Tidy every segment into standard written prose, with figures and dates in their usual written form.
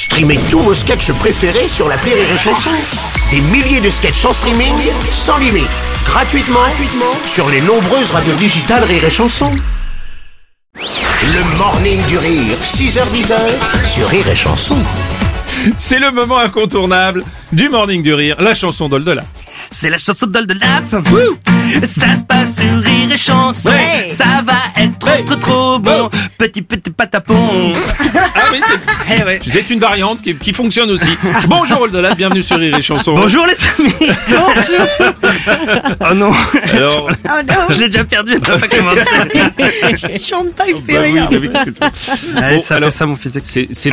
Streamez tous vos sketchs préférés sur l'appli Rire et Chanson. Des milliers de sketchs en streaming, sans limite, gratuitement sur les nombreuses radios digitales Rire et Chanson. Le morning du rire, 6h-10h sur Rire et Chanson. C'est le moment incontournable du morning du rire, la chanson d'Oldelaf. C'est la chanson d'Oldelaf. Ça se passe sur Rire et Chanson. Ouais. Ça va être trop bon. Petit patapon. Ah oui, c'est une variante qui fonctionne aussi. Bonjour Oldelaf, bienvenue sur Rire et Chanson. Bonjour les amis. Bonjour. Oh non. Alors, Je l'ai déjà perdu. T'as pas commencé. Il chante pas, il fait bah oui, rien. Allez, Bon, ça alors, fait ça mon physique.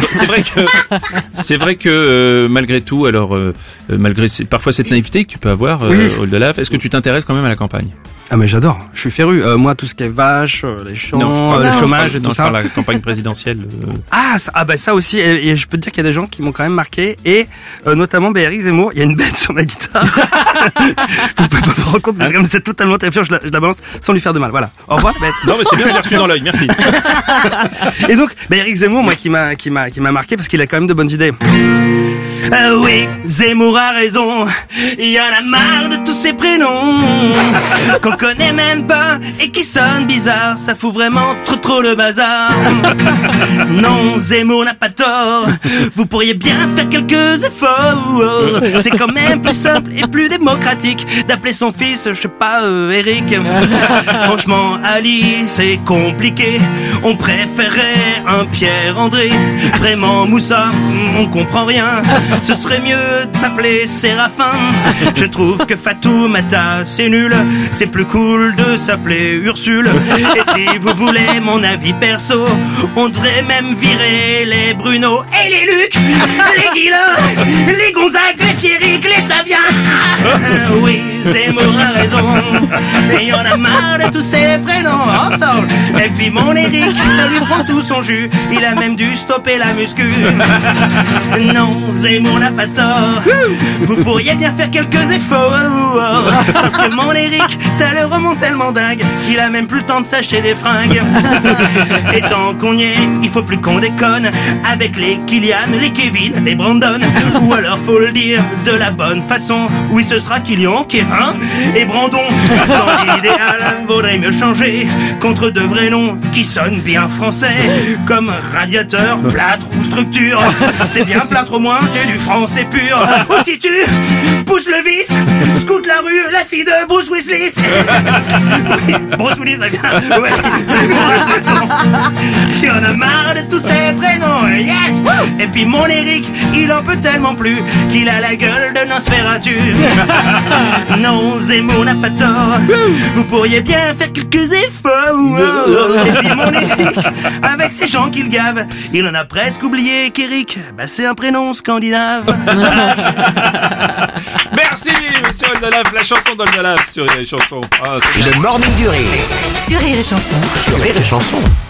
c'est vrai que malgré tout, alors malgré parfois cette naïveté que tu peux avoir, Oldelaf, est-ce que tu t'intéresses quand même à la campagne? Ah mais j'adore, je suis féru. Moi tout ce qui est vaches, les champs, le chômage et tout ça. La campagne présidentielle. Ça aussi, et je peux te dire qu'il y a des gens qui m'ont quand même marqué, et notamment Eric Zemmour. Il y a une bête sur ma guitare. Vous pouvez pas vous rendre compte, mais comme c'est totalement terrifiant, je la balance sans lui faire de mal. Voilà. Au revoir la bête. Non mais c'est bien, je l'ai reçu dans l'œil, merci. Et donc, Eric Zemmour, moi qui m'a marqué parce qu'il a quand même de bonnes idées. Oui, Zemmour a raison. Il y en a marre de tous ces prénoms qu'on connaît même pas et qui sonnent bizarre. Ça fout vraiment trop le bazar. Non, Zemmour n'a pas tort. Vous pourriez bien faire quelques efforts. C'est quand même plus simple et plus démocratique d'appeler son fils, je sais pas, Eric. Franchement, Ali, c'est compliqué. On préférerait un Pierre-André. Vraiment, Moussa, on comprend rien. Ce serait mieux de s'appeler Séraphin. Je trouve que Fatoumata, c'est nul. C'est plus cool de s'appeler Ursule. Et si vous voulez mon avis perso, on devrait même virer les Bruno et les Luc, les Guilin, les Gonzague, les Pierrick, les Flavien. Oui, Zemmour a raison. Et y en a marre de tous ces prénoms ensemble. Et puis mon Eric, ça lui prend tout son jus. Il a même dû stopper la muscu. Non, Zemmour n'a pas tort. Vous pourriez bien faire quelques efforts. Parce que mon Eric, ça le remonte tellement dingue qu'il a même plus le temps de s'acheter des fringues. Et tant qu'on y est, il faut plus qu'on déconne avec les Kylian, les Kevin, les Brandon. Ou alors faut le dire de la bonne façon. Oui, ce sera Kylian, Kevin et Brandon. Dans l'idéal, vaudrait mieux changer contre de vrais noms qui sonnent bien français, comme radiateur, plâtre ou structure. C'est bien plâtre au moins, c'est du français pur. Ou si tu pousses le vice, scoute la rue, la fille de Bruce Willis. Oui, Bruce Willis, ça vient. Ouais, c'est bon, il y en a marre de tous ces prénoms, yes. Et puis mon Eric, il en peut tellement plus qu'il a la gueule de Nosferatu. Non, Zemmour n'a pas tort. Vous pourriez bien faire quelques efforts. Et puis mon Eric, avec ces gens qu'il gave, il en a presque oublié qu'Eric, c'est un prénom scandinave. Merci monsieur Oldelaf, la chanson d'Oldelaf sur Rire et Chanson. Le morning du rire Sur Rire et Chanson. sur Rire et Chanson.